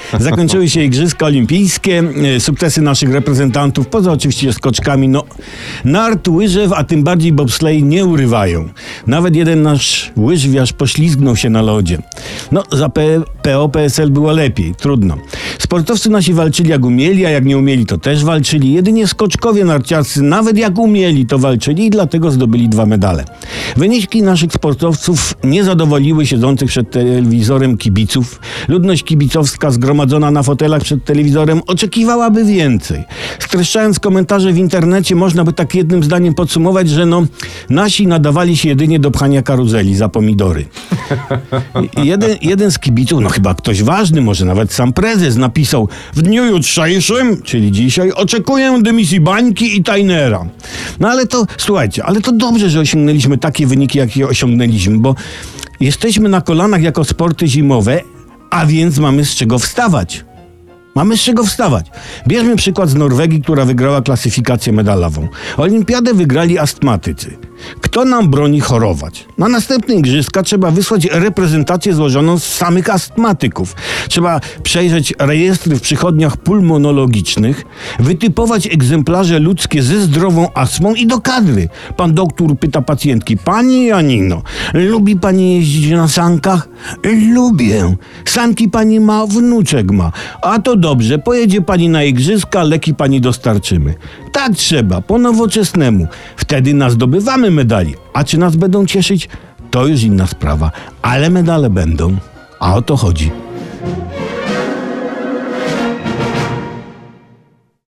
Zakończyły się Igrzyska Olimpijskie, sukcesy naszych reprezentantów, poza oczywiście skoczkami, nart, łyżew, a tym bardziej bobsleigh nie urywają. Nawet jeden nasz łyżwiarz poślizgnął się na lodzie. Za PO-PSL było lepiej, trudno. Sportowcy nasi walczyli jak umieli, a jak nie umieli, to też walczyli. Jedynie skoczkowie narciarscy, nawet jak umieli, to walczyli i dlatego zdobyli 2 medale. Wyniki naszych sportowców nie zadowoliły siedzących przed telewizorem kibiców. Ludność kibicowska zgromadzona na fotelach przed telewizorem oczekiwałaby więcej. Streszczając komentarze w internecie, można by tak jednym zdaniem podsumować, że nasi nadawali się jedynie do pchania karuzeli za pomidory. Jeden z kibiców, chyba ktoś ważny, może nawet sam prezes, napisał: w dniu jutrzejszym, czyli dzisiaj, oczekuję dymisji Bańki i Tajnera. Ale to, słuchajcie, to dobrze, że osiągnęliśmy takie wyniki, jakie osiągnęliśmy, bo jesteśmy na kolanach jako sporty zimowe, a więc mamy z czego wstawać. Bierzmy przykład z Norwegii, która wygrała klasyfikację medalową. Olimpiadę wygrali astmatycy. Kto nam broni chorować? Na następne igrzyska trzeba wysłać reprezentację złożoną z samych astmatyków. Trzeba przejrzeć rejestry w przychodniach pulmonologicznych, wytypować egzemplarze ludzkie ze zdrową astmą i do kadry. Pan doktor pyta pacjentki: pani Janino, lubi pani jeździć na sankach? Lubię. Sanki pani ma, wnuczek ma. A to dobrze, pojedzie pani na igrzyska, leki pani dostarczymy. Tak trzeba, po nowoczesnemu. Wtedy nazdobywamy medali. A czy nas będą cieszyć? To już inna sprawa. Ale medale będą. A o to chodzi.